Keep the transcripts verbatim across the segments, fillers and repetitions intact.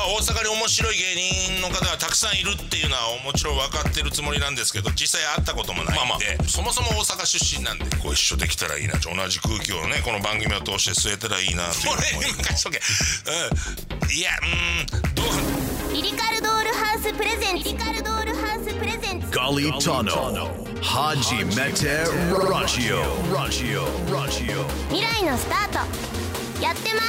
大阪に面白い芸人の方がたくさんいるっていうのはもちろん分かってるつもりなんですけど、実際会ったこともないんで、まあまあ、そもそも大阪出身なんでご一緒できたらいいな、同じ空気をねこの番組を通して吸えたらいいなっていう。俺に任しとけ。うん、いや、うーん、どうリリカルドールハウスプレゼンツリリカルドールハウスプレゼンツガリタノハジメテラジオラジオラジオ未来のスタートやってます。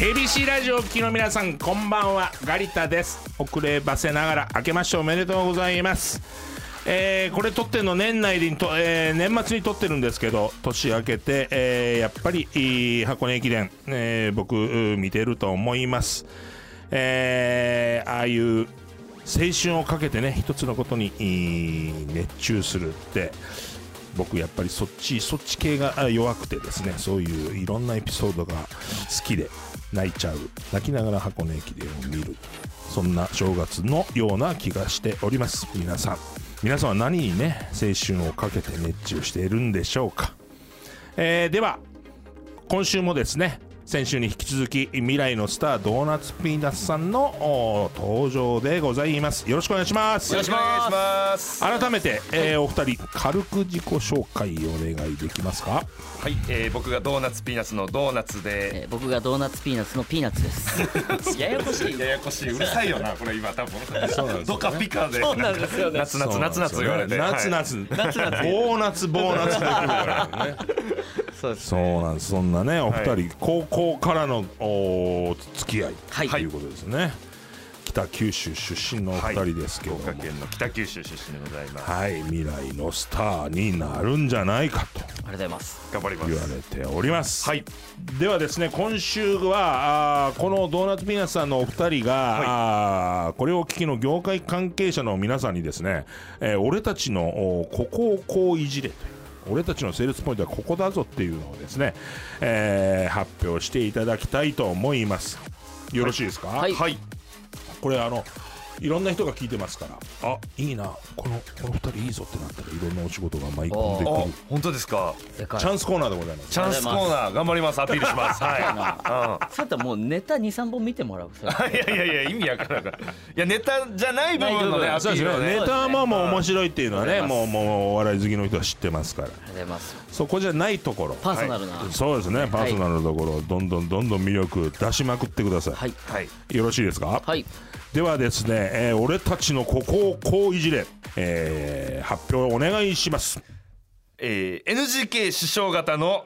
エービーシー ラジオをお聞きの皆さん、こんばんは。ガリタです。遅ればせながら明けましておめでとうございます。えー、これ撮ってるの年内にと、えー、年末に撮ってるんですけど、年明けて、えー、やっぱり箱根駅伝、えー、僕見てると思います。えー、ああいう青春をかけてね一つのことに熱中するって、僕やっぱりそっちそっち系が弱くてですね、そういういろんなエピソードが好きで泣いちゃう、泣きながら箱根駅伝を見る、そんな正月のような気がしております。皆さん皆さんは何にね青春をかけて熱中しているんでしょうか。えー、では今週もですね、先週に引き続き未来のスタードーナツピーナッツさんの登場でございます。よろしくお願いします。 よろしくお願いします。 改めて、えー、お二人軽く自己紹介お願いできますか。 はい、えー、僕がドーナツピーナッツのドーナツで、 えー、僕がドーナツピーナッツのピーナッツですややこしいややこしい、うるさいよなこれ今多分そうなんですよね、 ドカピカでそうなんですよね、 夏夏夏夏言われて、 夏夏、 はい、 夏夏ボーナツボーナツで来るからねそうですそうなんです。そんなねお二人、はい、高校からのお付き合い、 はい、 ということですね。北九州出身のお二人ですけども、 はい、福岡県の北九州出身でございます。 はい、未来のスターになるんじゃないかとありがとうございます。 頑張ります。 言われております。 はい。 ではですね、今週はあこのドーナツピーナッツさんのお二人が、はい、あこれを聞きの業界関係者の皆さんにですね、えー、俺たちのここをこういじれという、俺たちのセールスポイントはここだぞっていうのをですね、えー、発表していただきたいと思います。よろしいですか。 はい、はい、 これあのいろんな人が聞いてますから、あ、いいな、このこのふたりいいぞってなったらいろんなお仕事が舞い込んでくる。 本当ですか。 チャンスコーナーでございます。 チャンスコーナー頑張ります。アピールしますはい、 うん、そうやったらもうネタ にさんぼん見てもらういやいやいや意味わからない。いやネタじゃない部分のねアピールをね、 ネタももう面白いっていうのはね、もうもうお笑い好きの人は知ってますから。ありがとうございます。 そこじゃないところ、 パーソナルな、 はい、そうですね、パーソナルなところをどんどんどんどん魅力出しまくってください。 はい、 はい、 よろしいですか。 はい。 ではですね、えー、俺たちのここをこういじれ、えー、発表お願いします。 えー、エヌジーケー 師匠型の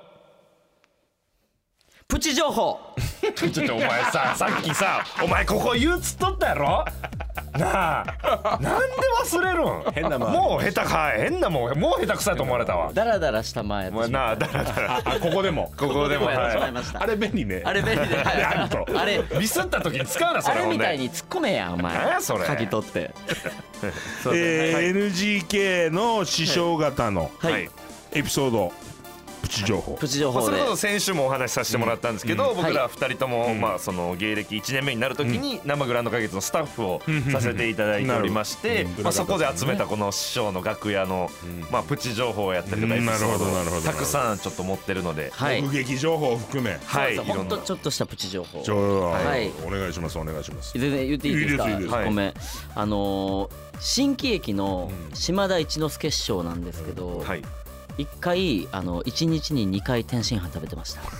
プチ情報ちょっとお前さ、さっきさお前ここ言うつっとったやろなあ、なんで忘れるん。 変なもんもう下手か変なもん、もう下手くさいと思われたわ。 ダラダラした前もうなあ、ダラダラあ、ここでもここでもやってしまいました。 あれ便利ね。 あれ便利で、 あるとあれミスった時に使うなそれ。 あれみたいに突っ込めやお前。 何やそれ。 書き取って。 えー、エヌジーケー の師匠型のエピソード、プチ情報。 プチ情報で、 それこそ先週もお話しさせてもらったんですけど、僕らふたりともまあその芸歴いちねんめになるときに生グランド花月のスタッフをさせていただいておりまして、まあそこで集めたこの師匠の楽屋のまあプチ情報をやったりとかエピソードたくさんちょっと持ってるので、 目撃情報を含め、 はい、ほんとちょっとしたプチ情報。 はい、お願いしますお願いします。 全然言っていいですか。ごめん、あの新喜劇の島田一之輔師匠なんですけど、はい、一回あの一日ににかい天津飯食べてました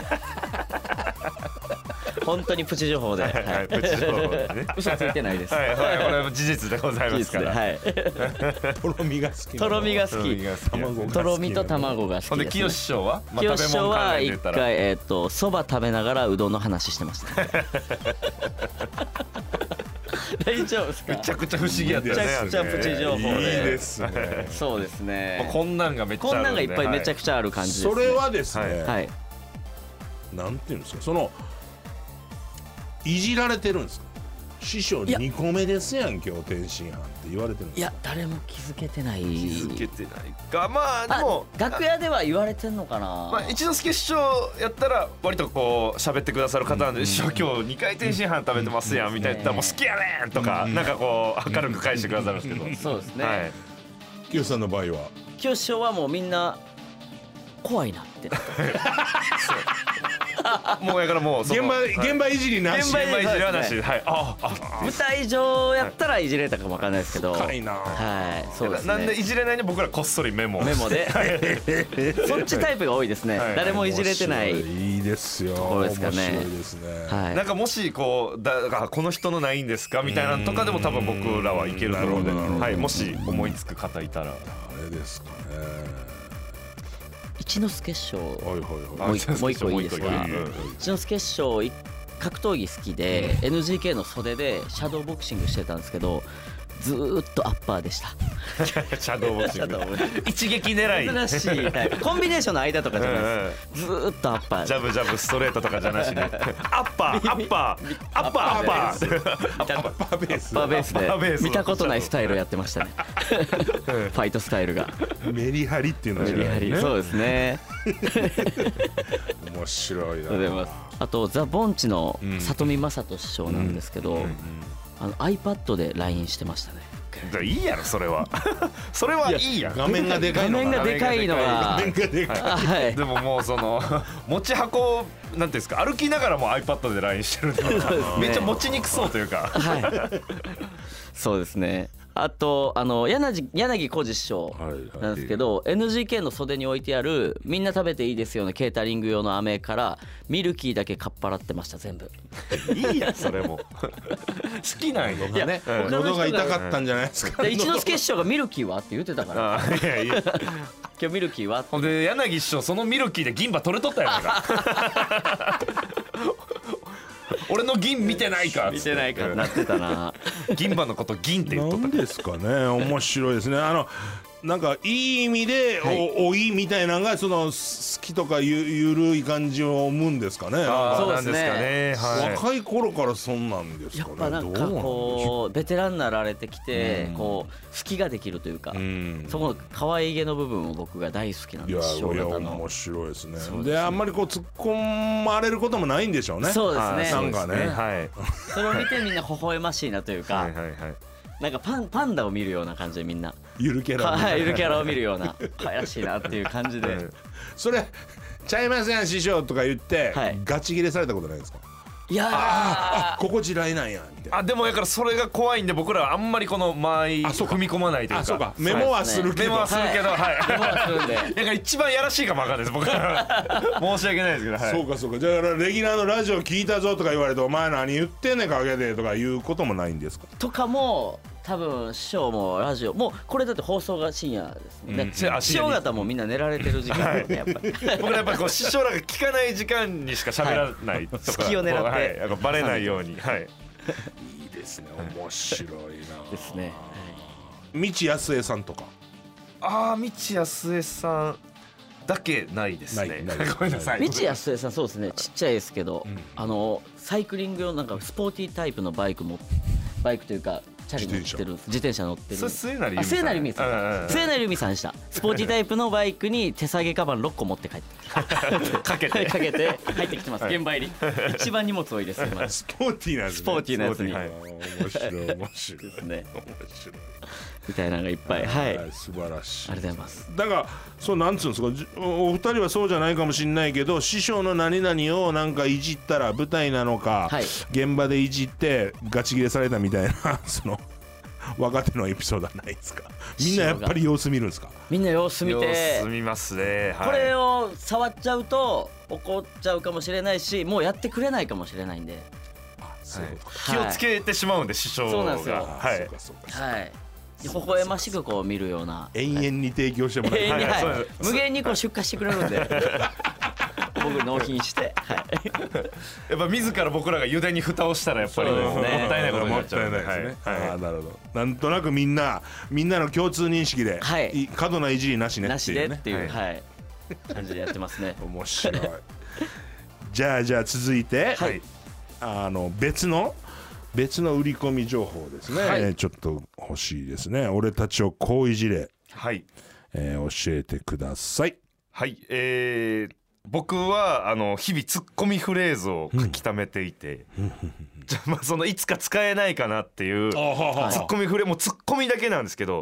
本当にプチ情報で、はいはい、プチ情報でね嘘ついてないです。 はいはい、これは事実でございますから。はい。 とろみが好き。 とろみが好き。とろみと卵が好きです、ね。 ほんで清志師匠は？ まあ、清志師匠は一回えっ、ー、とそば食べながらうどんの話してました。大丈夫ですか。 めちゃくちゃ不思議やったよね。 めちゃくちゃプチ情報で。いいですね。 そうですね。 こんなんがめっちゃある、ね、 こんなんがいっぱいめちゃくちゃある感じです、ね。 それはですね。 はい。 なんていうんですか、そのいじられてるんですか。師匠にこめですやん今日天津飯って言われてるんですか。 いや誰も気づけてない。気づけてないか。まあでも楽屋では言われてんのかな。 まあ一之輔師匠やったら割とこう喋ってくださる方なんで、師匠今日にかい天津飯食べてますやんみたいな言ったらもう好きやねんとかなんかこう明るく返してくださるんですけど。 そうですね。 はい。 清さんの場合は。 清師匠はもうみんな怖いなって。 もうやからもう現場現場いじりなし。 現場いじりはなし。はい。ああ。 舞台上やったらいじれたかもわかんないですけど。 深いな。 はい。そうですね。 なんでいじれないの僕らこっそりメモ。 メモで。そっちタイプが多いですね。誰もいじれてない。 いいですよ。 ところですかね。 面白いですね。 はい。なんかもしこうだこの人のないんですかみたいなのとかでも多分僕らはいけると思うので、はい。もし思いつく方いたら。 あれですかね。 一之輔師匠。 はいはいはい。 もう一個もう一個いいですか。一之輔師匠格闘技好きで エヌジーケー の袖でシャドーボクシングしてたんですけど、ずーっとアッパーでした。 シャドーボクシング一撃狙い珍しいタイプ。コンビネーションの間とかじゃないです。ずーっとアッパー。 ジャブジャブストレートとかじゃなしにアッパーアッパーアッパーアッパーアッパーベースアッパーベースで見たことないスタイルをやってましたね。ファイトスタイルがメリハリっていうのはメリハリ。そうですね。 面白いな。 あとザ・ボンチの里見正人師匠なんですけど、あの iPad で ライン してましたね。 いいやろそれは。それはいいやん。 画面がでかいのが。 画面がでかいのが。 画面がでかい。 はい。 でももうその持ち運なんていうんですか、歩きながらも iPad で ライン してるんでめっちゃ持ちにくそうというか。 はい。そうですね。あとあの柳柳小路師匠なんですけど、 エヌジーケー の袖に置いてあるみんな食べていいですよねケータリング用の飴からミルキーだけかっぱらってました全部。 いいやそれも好きなんよ。 いや喉が痛かったんじゃないですか。 一之輔師匠がミルキーはって言ってたから。 いやいや今日ミルキーは。 ほんで柳師匠そのミルキーで銀歯取れとったやんか。俺の銀見てないか見てないかなってたな。 銀歯のこと銀って言っとった。 なんですかね。面白いですね。あのなんかいい意味でお老いみたいなのがその好きとかゆゆるい感じを生むんですかね。 そうですね。 若い頃からそんなんですかね。 やっぱなんかこうベテランになられてきてこう好きができるというか、そこの可愛げの部分を僕が大好きなんです。 いやいや面白いですね。であんまりこう突っ込まれることもないんでしょうね。 そうですね。 なんかね。 はい。それを見てみんな微笑ましいなというか。はいはいはい。なんかパンパンダを見るような感じでみんなゆるキャラはいゆるキャラを見るような可愛らしいなっていう感じでそれちゃいません師匠とか言ってガチ切れされたことないですか。 いやあここ地雷なんやみたいな。 あでもやからそれが怖いんで僕らはあんまりこの間合い踏み込まないというか。 あそうかメモはするけどメモはするけどはいメモはするんでだから一番やらしいかもわかんないです僕ら。申し訳ないですけど。 そうかそうか。だからレギュラーのラジオ聞いたぞとか言われてお前何言ってんねん陰でとかいうこともないんですか。 とかも多分師匠もラジオもうこれだって放送が深夜ですもんね、うん、師匠方もみんな寝られてる時間ですねやっぱり僕らやっぱりこう師匠らが聞かない時間にしか喋らないとか、 隙を狙って、 はい、バレないように、はい、 いいですね面白いなですね。 道康江さんとか。 ああ道康江さんだけないですね。ごめんなさい。 道康江さんそうですねちっちゃいですけど、うん、あのサイクリング用なんかスポーティータイプのバイクもバイクというかチャリ乗ってる自転車乗ってる。 それ末成由美さん。末成由美さん。末成由美さんでした。スポーティータイプのバイクに手提げカバンろっこ持って帰ってかけてかけて入ってきてます。現場入り。一番荷物多いです今。 スポーティーなやつ。 スポーティーなやつに。 面白い面白いですね。面白い。 みたいなのがいっぱい。はい。 素晴らしい。 ありがとうございます。 だからそうなんつうんですか。お二人はそうじゃないかもしれないけど師匠の何々をなんかいじったら舞台なのか現場でいじってガチ切れされたみたいなその。若手のエピソードはないですか。みんなやっぱり様子見るんですか。 みんな様子見て様子見ますね、はい、 これを触っちゃうと怒っちゃうかもしれないしもうやってくれないかもしれないんで、 あそういうことか、 はい、気をつけてしまうんで師匠が。 そうなんですよ。 はいそうかそうかはい微笑ましくこう見るような永遠に提供してもらえる、 はいはい、無限にこう出荷してくれるんで僕納品して、はい、 やっぱ自ら僕らが油田に蓋をしたらやっぱりもったいないことになっちゃう。 もったいないですね。はい、あなるほど。なんとなくみんなみんなの共通認識で、はい、過度ないじりなしねっていうね。 なしでっていう、はい、感じでやってますね。 面白い。じゃあじゃあ続いて、はい、あの別の別の売り込み情報ですね、はい、ちょっと欲しいですね。俺たちをこういじれ、はいえー、教えてください。 はい、えー僕はあの日々ツッコミフレーズを書き溜めていて、うん、じゃあまあそのいつか使えないかなっていうツッコミフレーズもうツッコミだけなんですけど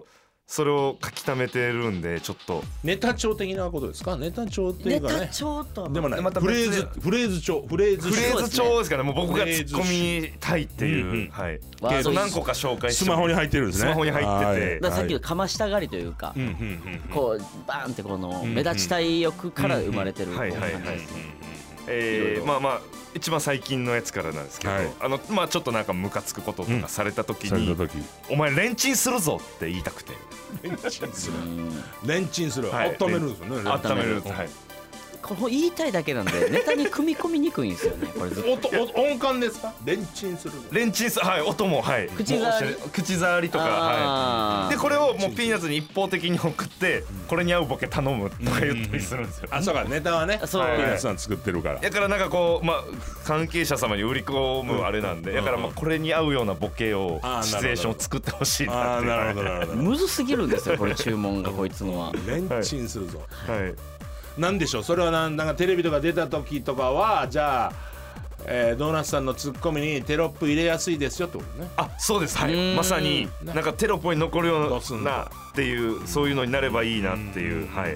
それを書き溜めてるんでちょっとネタ帳的なことですか？ネタ帳っていうかね。 ネタ帳とはでもね、 またフレー別でズフレーズ帳フレーズフレーズ帳ですかね。もう僕がフレーズ突っ込みたいっていう、 うんうんはいワードそう何個か紹介してスマホに入ってるんですね。 スマホに入っててだからさっきのかましたがりというか、 うんうんうんこうバーンってこの目立ちたい欲から生まれてるはいはいはいこう感じですねえーまあまあ一番最近のやつからなんですけど、 はいあのまあちょっとなんかムカつくこととかされた時されに、 た時お前レンチンするぞって言いたくてレンチンするレンチンするはい温めるんですよね。 温めるんです、はい、 これ言いたいだけなんでネタに組み込みにくいんですよねこれずっと音音音感ですか？レンチンする。 レンチンすはい音もはい口触りもう口触りとかはあーいでこれをもうピーナッツに一方的に送ってこれに合うボケ頼むとか言ったりするんですよ。 あ、そうか、ネタはね。 そうピーナッツさん作ってるから。 だからなんかこうまあ関係者様に売り込むあれなんでだからまあこれに合うようなボケをあーなるほどシチュエーションを作ってほしいなああ、 っていうなるほどなるほど。 むずすぎるんですよこれ注文がこいつのはレンチンするぞ。 はいなんでしょう、それはなんなんかテレビとか出た時とかはじゃあ、えー、ドーナツさんのツッコミにテロップ入れやすいですよってことね。 あそうですはうーんいまさになんかテロップに残るよどうすんのうなっていうそういうのになればいいなっていうはい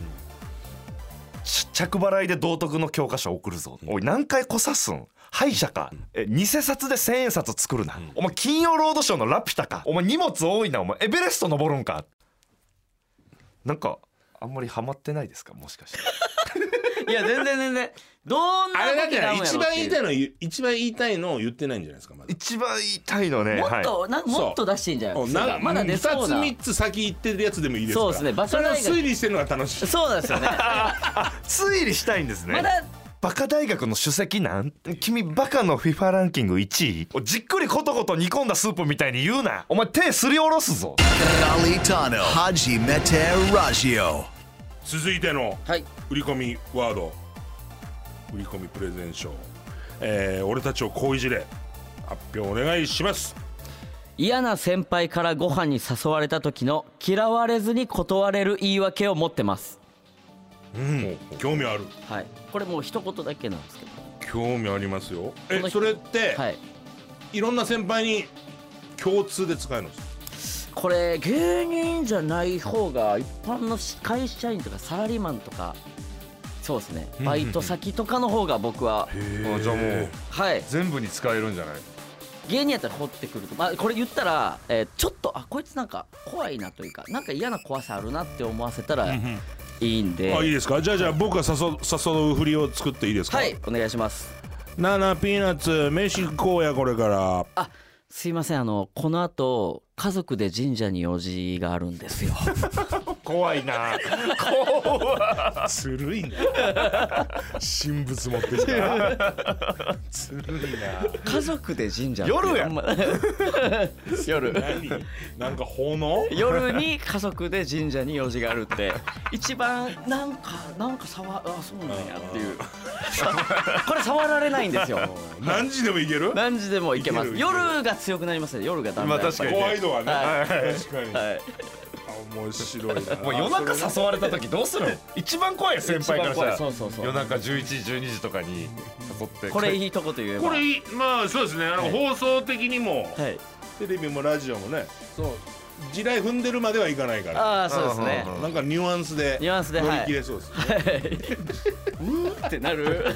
ち着払いで道徳の教科書送るぞおい何回こさすん歯医者かえ偽札で千円札作るなお前金曜ロードショーのラピュタかお前荷物多いなお前エベレスト登るんかなんかあんまりハマってないですかもしかしていや全然全然どんなあれだって時なんやろ一番言いたいのの言う一番言いたいのを言ってないんじゃないですか。まだ一番言いたいのねもっはいとなもっと出してんじゃないおなまだ出そうふたつなみっつ先言ってるやつでもいいですから。 そうですねバそれをカ大学推理してるのが楽しい。 そうなんですよね推理したいんですねまだバカ大学の首席なん君バカの フィファ ランキングいちいじっくりコトコト煮込んだスープみたいに言うなお前手すりおろすぞ Kalitano Haji Mete Raggio. 続いてのはい売り込みワード、売り込みプレゼンショー、えー、俺たちをこういじれ発表お願いします。 嫌な先輩からご飯に誘われた時の嫌われずに断れる言い訳を持ってます。 うん、興味ある。 はいこれもう一言だけなんですけど興味ありますよ。えこのそれって、 はいいろんな先輩に共通で使えるんです。 これ芸人じゃない方が一般の会社員とかサラリーマンとかそうですねバイト先とかの方が僕はあじゃあもうはい全部に使えるんじゃない芸人やったら掘ってくると、まあ、これ言ったら、えーちょっとあこいつなんか怖いなというかなんか嫌な怖さあるなって思わせたらいいんであ、いいですか。じゃあじゃあ僕が誘う誘う振りを作っていいですか。 はいお願いします。 なあなあピーナッツ飯行こうやこれから。 あすいませんあのこの後家族で神社に用事があるんですよ怖いなずるいな神仏持ってきたずるいな。 家族で神社って夜やほんま夜何なんか炎夜に家族で神社に用事があるって一番なんかなんか触あそうなんやっていうこれ触られないんですよ何時でも行ける。 何時でも行けますいけるいける夜が強くなりますね夜がだんだんやっぱり怖いのはね、 はい確かに、 はいあ面白いな。 もう夜中誘われた時どうする一番怖いよ先輩からしたら一番怖いそうそうそう夜中じゅういちじじゅうにじとかに誘ってこれいいとこと言えばこれいいまあそうですね。あの、 はい放送的にもはいテレビもラジオもね、そう地雷踏んでるまではいかないから。 ああそうですねうんうんうんなんかニュアンスでニュアンスで乗りはい切れそうですね。 うーってなる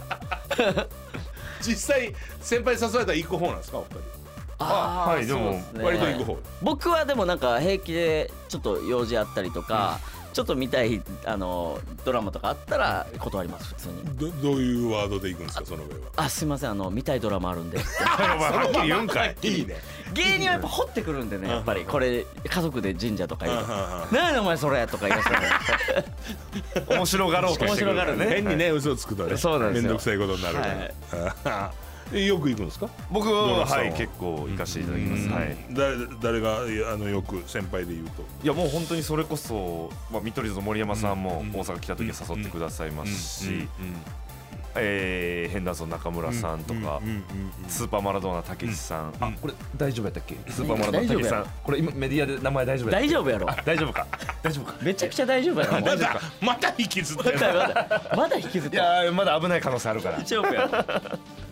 実際先輩誘われたら行く方なんですかお二人。 あーはいでもそうすね割と行く方。 僕はでもなんか平気でちょっと用事あったりとか、ちょっと見たいあのドラマとかあったら断ります普通に。 どどういうワードで行くんですかその上は。 あすいませんあの見たいドラマあるんではっきり言うんかいいいね。 芸人はやっぱ掘ってくるんでねやっぱりこれ家族で神社とか言うとうんうんうん 「何やねんお前それ」とか言い出したら面白がろうとしてくる面白がるね変にね嘘つくとね。 そうなんですよめんどくさいことになるから。えよく行くんですか。 僕ドはラさんははい結構行かせていただきますはい誰誰がいやあのよく先輩で言うと。 いやもう本当にそれこそ、まあ、見取り図の森山さんも大阪来た時は誘ってくださいますし、えーヘンダーソン中村さんとか、スーパーマラドーナたけしさん、あこれ大丈夫やったっけスーパーマラドーナたけしさんこれ今メディアで名前大丈夫やったっけ大丈夫やろ大丈夫か大丈夫かめちゃくちゃ大丈夫やろまだまだ引きずってる。 まだまだ引きずっていやーまだ危ない可能性あるから大丈夫やろ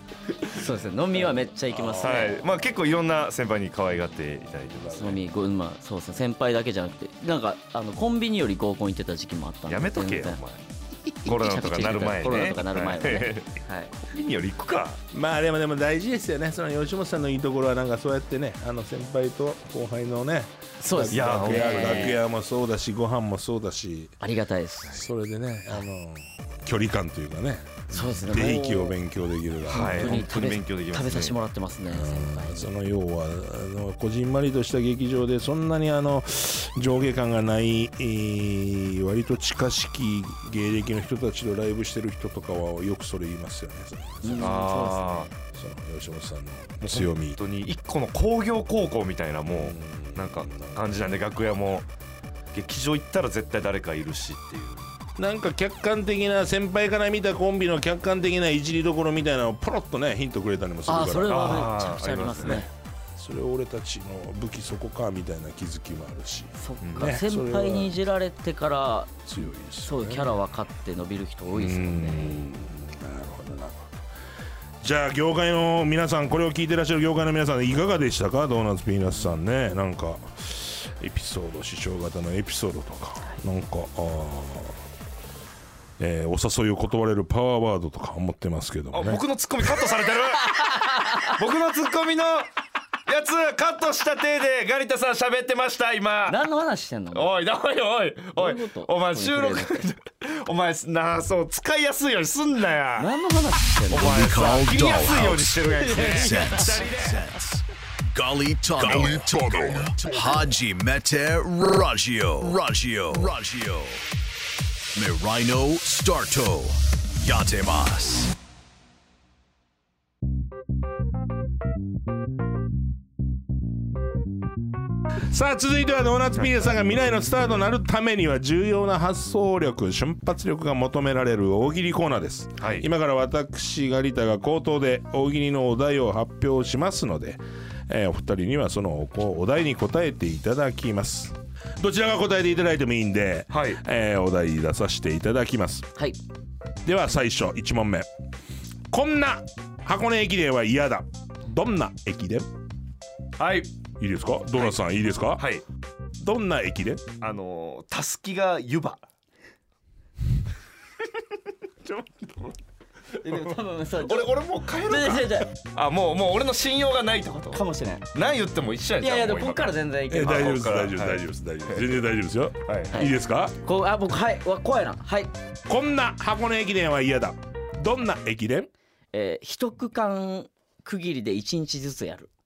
そうですね、飲みはめっちゃ行きますね。 はい、まあ結構いろんな先輩に可愛がっていただいてます、ね、 飲みご、まあそうですね、先輩だけじゃなくてなんかあのコンビニより合コン行ってた時期もあったんで。 やめとけよお前コロナとかなる前ね。 コロナとかなる前はね、はい、 コンビニより行くか。 まあでもでも大事ですよね。その吉本さんのいいところはなんかそうやってね、あの先輩と後輩のね、 そうですね、 楽屋楽屋もそうだしご飯もそうだし、 ありがたいです。 それでね、あの距離感というかね、 そうですね、 定域を勉強できるが、 はい、本当に勉強できますね。 食べさせてもらってますね、先輩に。 その要はあのこじんまりとした劇場でそんなにあの上下感がない、えー、割と近しき芸歴の人たちとライブしてる人とかはよくそれ言いますよね。 うん、 あその吉本さんの強み、 本当に一個の工業高校みたいなもうなんか感じなんで、楽屋も劇場行ったら絶対誰かいるしっていう。 なんか客観的な先輩から見たコンビの客観的ないじりどころみたいなのをポロッとねヒントくれたりもするから、 あそれはめちゃくちゃありますね。 それ俺たちの武器そこかみたいな気づきもあるし、 そっか、ね、先輩にいじられてから強いです、ね、 そうキャラ分かって伸びる人多いですもんね。 なるほどなるほど。じゃあ業界の皆さん、これを聞いてらっしゃる業界の皆さんいかがでしたか。ドーナツピーナッツさんね、なんかエピソード、師匠方のエピソードとか、なんかあえー、お誘いを断れるパワーワードとか思ってますけどもね。 あ、僕のツッコミカットされてる僕のツッコミのやつカットした体でガリタさん喋ってました今。 何の話してんの。 おいおいおいおいお前収録お前なあ、そう使いやすいようにすんなや。 何の話してんの。 お前さ切りやすいようにしてるやつね。 Gali Tunnel Haji Mete Raggio Raggio Raggio Mirino Starto Yatemasu。 さあ続いてはドーナツピーナさんが未来のスターとなるためには重要な発想力、瞬発力が求められる大喜利コーナーです、はい、今から私ガリタが口頭で大喜利のお題を発表しますので、えー、お二人にはそのお題に答えていただきます。どちらが答えていただいてもいいんで、はい、えー、お題出させていただきます、はい、では最初いち問目。こんな箱根駅伝は嫌だ。どんな駅伝。 はい、 いいですか、ドーナツさん、はい、いいですか。はい。どんな駅伝。 あのー、たすきが湯葉。ちょっと俺俺もう帰るか。あ、もうもう俺の信用がないってことかもしれない。 何言っても一緒やん。 いやいや、でもここから全然いける。 大丈夫です、大丈夫です、大丈夫です、大丈夫です、全然大丈夫ですよ。はい、いいですか。 こう、あ、僕、はい、わ、怖いな。はい。 こんな箱根駅伝は嫌だ。どんな駅伝。 えー、一区間区切りで一日ずつやる。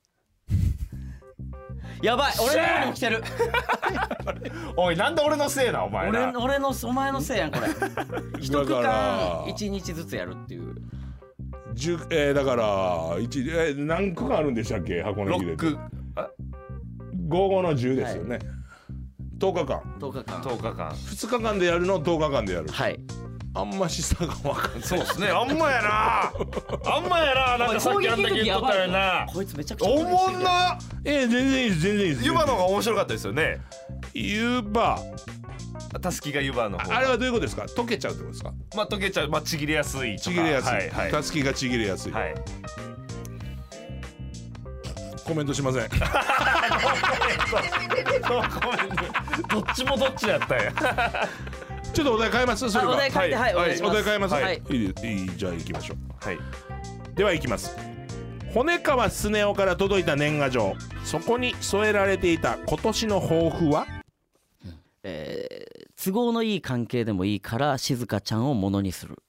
やばい、俺のように来てる。 おい、なんで俺のせいな、お前俺俺のお前のせいやんこれ。一区間一日ずつやるっていう。 じゅう、えー、だから一、えー、何区間あるんでしたっけ、箱根駅伝。ろっく。ごごのじゅうですよね、はい、とおかかん。 とおかかん。 とおかかん。 ふつかかんでやるのとおかかんでやる。 はい。 あんましさが分かんない。 そうですね、あんまやなあんまやな。なんかさっきあんだけ言っとったよな。 こいつめちゃくちゃおもんな。 えー、全然いいです、全然いいです。 湯葉の方が面白かったですよね。 湯葉、 たすきが湯葉の方。 あれはどういうことですか。溶けちゃうってことですか。 まあ溶けちゃう、まあちぎれやすい。 ちぎれやすい、はいはい、たすきがちぎれやすい、はい、コメントしません。 どっちもどっちやったんや。 ちょっとお題変えます。それはお題変えて、はい、お願いします。 お題変えます。 はい、 いい、いい、じゃあ行きましょう。 はい。 では行きます。骨川スネ夫から届いた年賀状、そこに添えられていた今年の抱負は。 えー、都合のいい関係でもいいから静香ちゃんをものにする。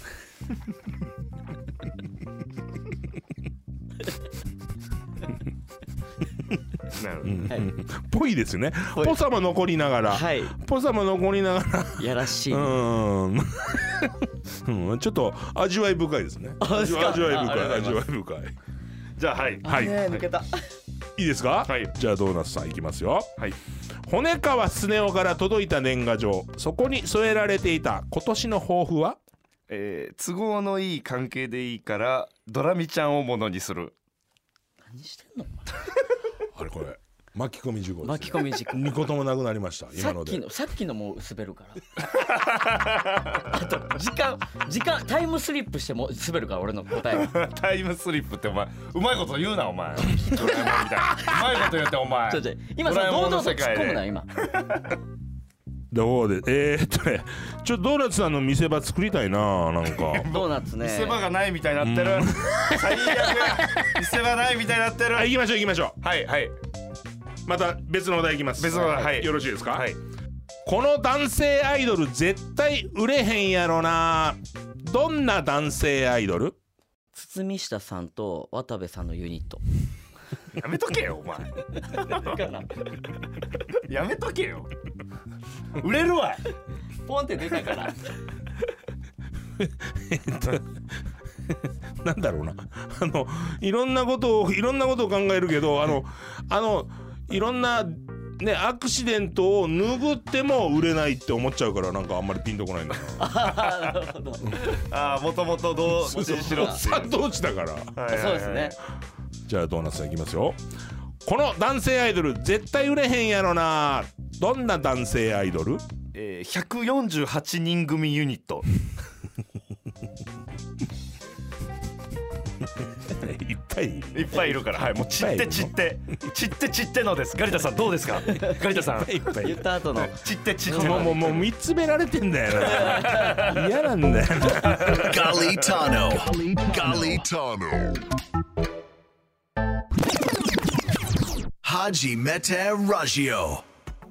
なるほど、うん、はい、ぽいですね。ぽさも残りながら、はい、ぽさも残りながらやらしい、 うん、うん、ちょっと味わい深いですね。味わい深い、味わい深い。 じゃあ、はい、 はい、抜けた。 いいですか。はい、じゃあドーナツさんいきますよ。はい。骨川スネ夫から届いた年賀状、そこに添えられていた今年の抱負は。 えー、都合のいい関係でいいからドラミちゃんをものにする。 何してんの。 あれこれ巻き込み事故です、ね、 巻き込み事故にこともなくなりました今ので。 さっきのさっきのも滑るからあと時間時間タイムスリップしても滑るから俺の答えがタイムスリップってお前うまいこと言うなお前ドラえもんみたいなうまいこと言ってお前ちょちょ今その堂々と突っ込むな今どうでえー、っとねちょっとドーナツさんの見せ場作りたいななんかドーナツね見せ場がないみたいになってる最悪見せ場ないみたいになってる。 あ行きましょう行きましょう。 はいはいまた別のお題いきます。 別のお題はいよろしいですか。 はいこの男性アイドル絶対売れへんやろな。どんな男性アイドル？ 堤下さんと渡部さんのユニットやめとけよお前やめとけよ売れるわポンって出たからなんだろうなあのいろんなことをいろんなことを考えるけどあのあのいろんなねアクシデントを拭っても売れないって思っちゃうからなんかあんまりピンとこないんだな。 あなるほどああもともとどうしろっていう殺到地だから。 はいはいはいそうですね。 じゃあドーナツさんいきますよ。この男性アイドル絶対売れへんやろな。どんな男性アイドル？ えー、ひゃくよんじゅうはちにん組ユニットいっぱいいっぱいいるから、はい、もう散って散って散って散ってのです。ガリタさんどうですかガリタさんいっぱい言った後の散って散ってのもうもうもう見つめられてんだよな嫌なんだよな。 Galitano. Galitano. Haji Mete Raggio.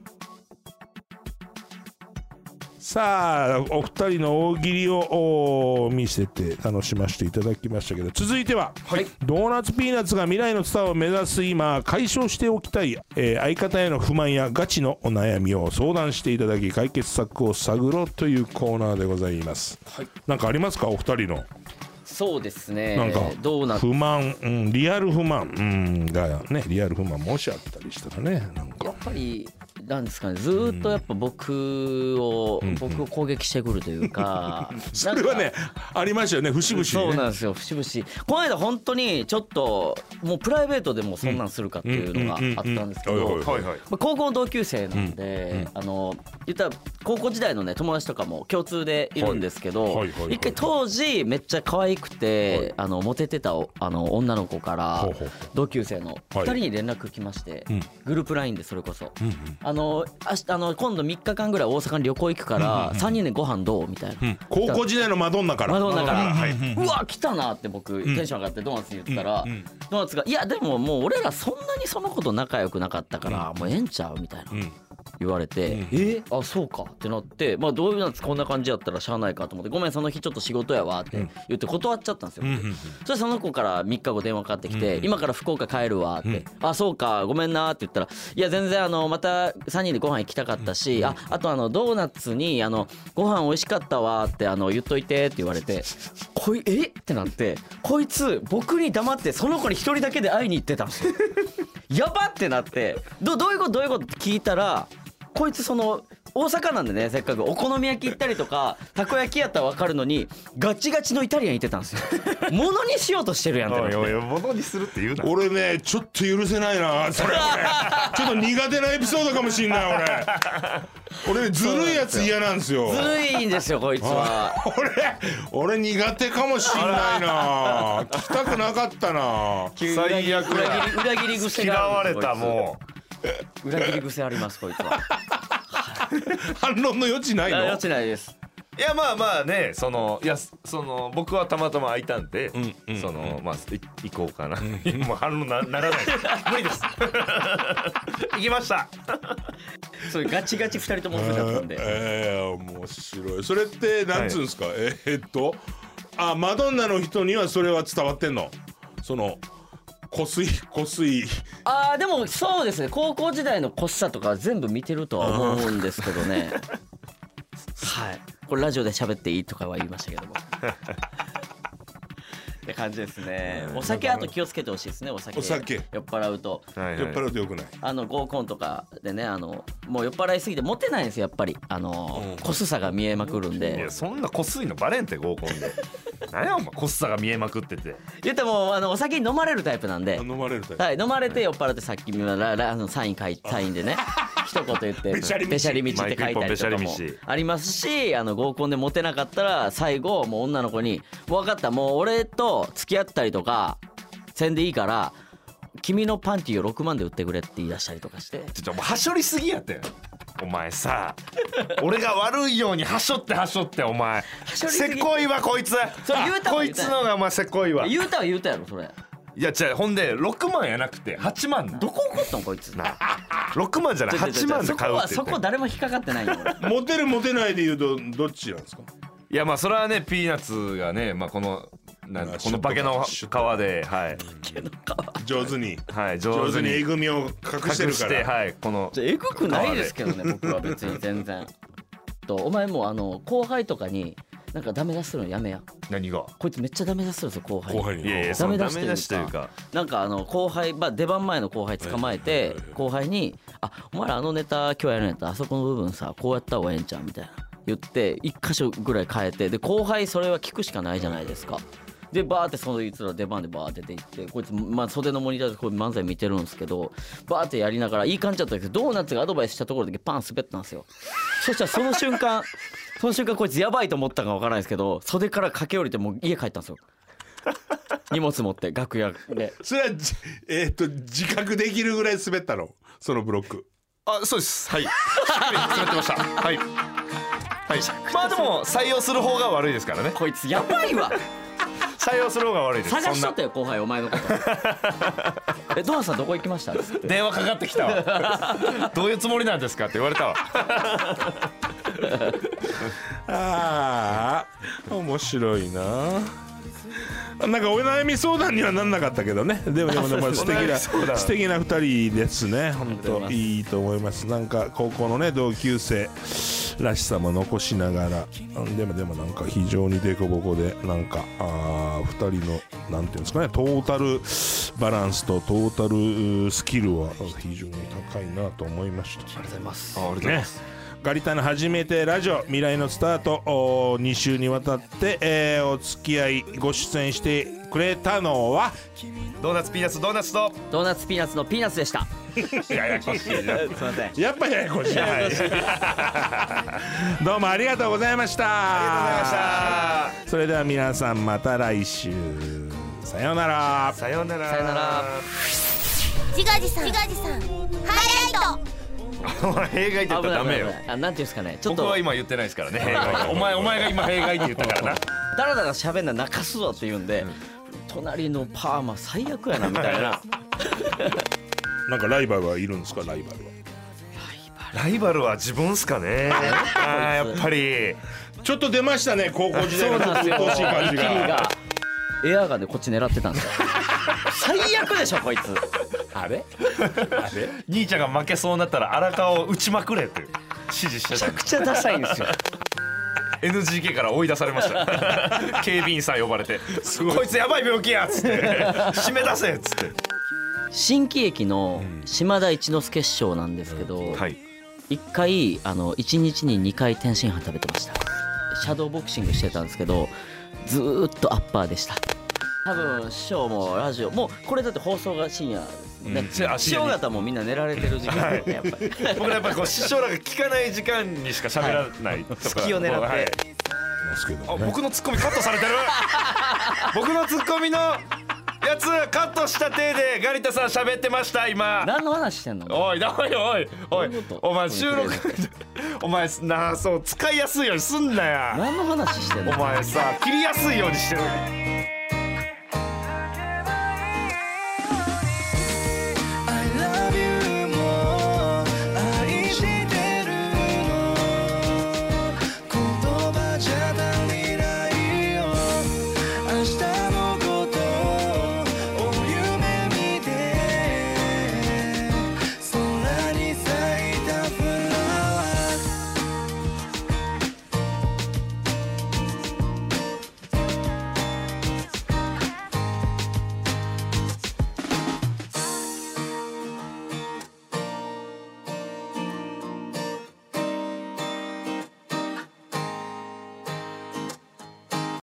さあお二人の大喜利を見せて楽しませていただきましたけど続いては、はい、ドーナツピーナッツが未来のスターを目指す今解消しておきたい、えー、相方への不満やガチのお悩みを相談していただき解決策を探ろうというコーナーでございます、はい、なんかありますかお二人の。 そうですねなんかドーナツ不満、うん、リアル不満、うん、がねリアル不満もしあったりしたらねなんかやっぱりなんですかねずーっとやっぱ僕を、うん、僕を攻撃してくるというか、うん、 それはねありましたよね節々ね。 そうなんですよ節々この間本当にちょっともうプライベートでもそんなんするかっていうのがあったんですけど高校の同級生なんで、うん、あの言ったら高校時代のね友達とかも共通でいるんですけど一回当時めっちゃ可愛くてあのモテてたあの女の子から同級生のふたりに連絡来ましてグループラインでそれこそあの明日あの今度みっかかんぐらい大阪に旅行行くからさんにんでご飯どうみたいな、うん、 高校時代のマドンナからマドンナから、はい、うわ来たなって僕テンション上がってドーナツに言ったら、うんうん、ドーナツがいやでももう俺らそんなにそのこと仲良くなかったから、うん、もうええんちゃうみたいな、うん言われて、うん、えあそうかってなってまあどういうやつこんな感じやったらしゃあないかと思ってごめんその日ちょっと仕事やわって言って断っちゃったんですよ、うん、それその子からみっかご電話かかってきて、うん、今から福岡帰るわって、うん、あそうかごめんなって言ったらいや全然あのまたさんにんでご飯行きたかったし、うん、ああとあのドーナツにあのご飯美味しかったわってあの言っといてって言われてこいえってなってこいつ僕に黙ってその子に一人だけで会いに行ってたんですよやばってなってどどういうことどういうことって聞いたらこいつその大阪なんでねせっかくお好み焼き行ったりとかたこ焼きやったら分かるのにガチガチのイタリアン行ってたんですよものにしようとしてるやんってなっておいおいものにするって言うな俺ねちょっと許せないなそれ俺ちょっと苦手なエピソードかもしんない俺俺ねずるいやつ嫌なんですよずるいんですよこいつは俺俺苦手かもしんないな聞きたくなかったな最悪裏切り裏切り癖嫌がわれたもう裏切り癖ありますこいつは反論の余地ないの？ 余地ないです。 いやまあまあねそのいやその僕はたまたま空いたんで、うんうん、そのまあ行こうかな、うん、もう反論なならない無理です行きましたそういうガチガチふたりとも遅かったんでえー、面白いそれってなんつうんですか、はい、えー、っとあマドンナの人にはそれは伝わってんのそのこすいこすいあーでもそうですね高校時代のこっさとか全部見てるとは思うんですけどねはいこれラジオで喋っていいとかは言いましたけどもって感じですね。お酒あと気をつけてほしいですね。お酒お酒酔っ払うと、 はいはい、 酔っ払うとよくない。 あの合コンとかでね、あのもう酔っ払いすぎてモテないんですよやっぱり。あの、うん、コスさが見えまくるんで。 いやそんなコスいのバレんって合コンで何やお前コスさが見えまくってて言ってもあのお酒に飲まれるタイプなんで。 飲まれるタイプ、 はい、飲まれて酔っ払ってさっきララあのサイン書いてサインでね一言言ってべしゃり道って書いたりとかもありますし、あの合コンでモテなかったら最後もう女の子に分かったもう俺と付き合ったりとかせんでいいから君のパンティーをろくまんで売ってくれって言い出したりとかして、 ちょちょもうはしょりすぎやってんお前さ俺が悪いようにはしょってはしょってお前せこいわこいつそれ言うたこいつのがお前せこいわ言うたは言うたやろそれ。 いや違うほんでろくまんやなくてはちまんな。 どこ怒ったんこいつなろくまんじゃないはちまんで買うって言って。 そこはそこ誰も引っかかってないよモテるモテないで言うとどっちなんですか。 いやまあそれはねピーナッツがね、まあ、このなんこの化けの皮で、はい、 上手に、 はい、 上手にえぐみを隠してるから。 はい、このえぐくないですけどね僕は別に全然とお前もあの後輩とかになんかダメ出しするのやめや。 何がこいつめっちゃダメ出しするんですよ後輩に。 後輩にいやいやダメ出しというかなんかあの後輩、まあ、出番前の後輩捕まえて後輩に「あお前らあのネタ今日やるんやったらあそこの部分さこうやった方がええんちゃう」みたいな言って一箇所ぐらい変えて、で後輩それは聞くしかないじゃないですか。でバーってそのいつら出番でバーって出て行ってこいつ、まあ、袖のモニターでこう漫才見てるんですけどバーってやりながらいい感じだったんですけどドーナツがアドバイスしたところだけパン滑ったんですよ。そしたらその瞬間その瞬間こいつやばいと思ったか分からないですけど袖から駆け下りてもう家帰ったんですよ荷物持って楽屋で。 それはえー、っと自覚できるぐらい滑ったのそのブロック。 あそうですはい滑ってましたはいはいまあでも採用する方が悪いですからね。 こいつやばいわ採用する方が悪いです。 探しとったよ後輩お前のことえドアさんどこ行きました電話かかってきたわどういうつもりなんですかって言われたわああ面白いな。なんかお悩み相談にはなんなかったけどね。でもでもでも素敵な素敵なふたりですね。本当いいと思います。なんか高校のね同級生らしさも残しながら、でもでもなんか非常にデコボコでなんかあふたりのなんていうんですかねトータルバランスとトータルスキルは非常に高いなと思いました。 ありがとうございます。 あありがとうございます。 ガリタの初めてラジオ未来のスタートに週にわたって、えー、お付き合いご出演してくれたのはドーナツピーナッツドーナツとドーナツピーナッツのピーナッツでしたややこしいなすいませんやっぱややこしいどうもありがとうございました。 ありがとうございました。それでは皆さんまた来週さようならさようならさようなら。 自画自賛自画自賛ハイライトお前弊害って言ったらダメよ。 あなんていうんですかねちょっと僕は今言ってないですからね弊害お前お前が今弊害って言ったからなだらだら喋んな泣かすぞって言うんで、うん、隣のパーマ最悪やなみたいななんかライバルはいるんですか。ライバルはライバルは自分っすかねあやっぱりちょっと出ましたね高校時代のちょっと鬱陶しい感じがエアガンでこっち狙ってたんですよ最悪でしょこいつあれあれ兄ちゃんが負けそうになったら荒川を打ちまくれって指示してた。 めちゃくちゃダサいんですよエヌジーケー から追い出されました警備員さん呼ばれてこいつやばい病気やっつって締め出せっつって新喜劇の島田一之輔師匠なんですけど、うんはい、いっかいあのいちにちににかい天津飯食べてました。シャドーボクシングしてたんですけどずーっとアッパーでした。多分師匠もラジオもうこれだって放送が深夜ですね、うん、師匠方もみんな寝られてる時間で、ね、やっぱり僕らやっぱりこう師匠らが聞かない時間にしか喋らない、はい、 隙を狙って、はい、 あ僕のツッコミカットされてる僕のツッコミのやつカットした体でガリタさん喋ってました今。 何の話してんの。 おいおいおいおいお前収録お前なあそう使いやすいようにすんなや。 何の話してんのお前さ切りやすいようにしてる。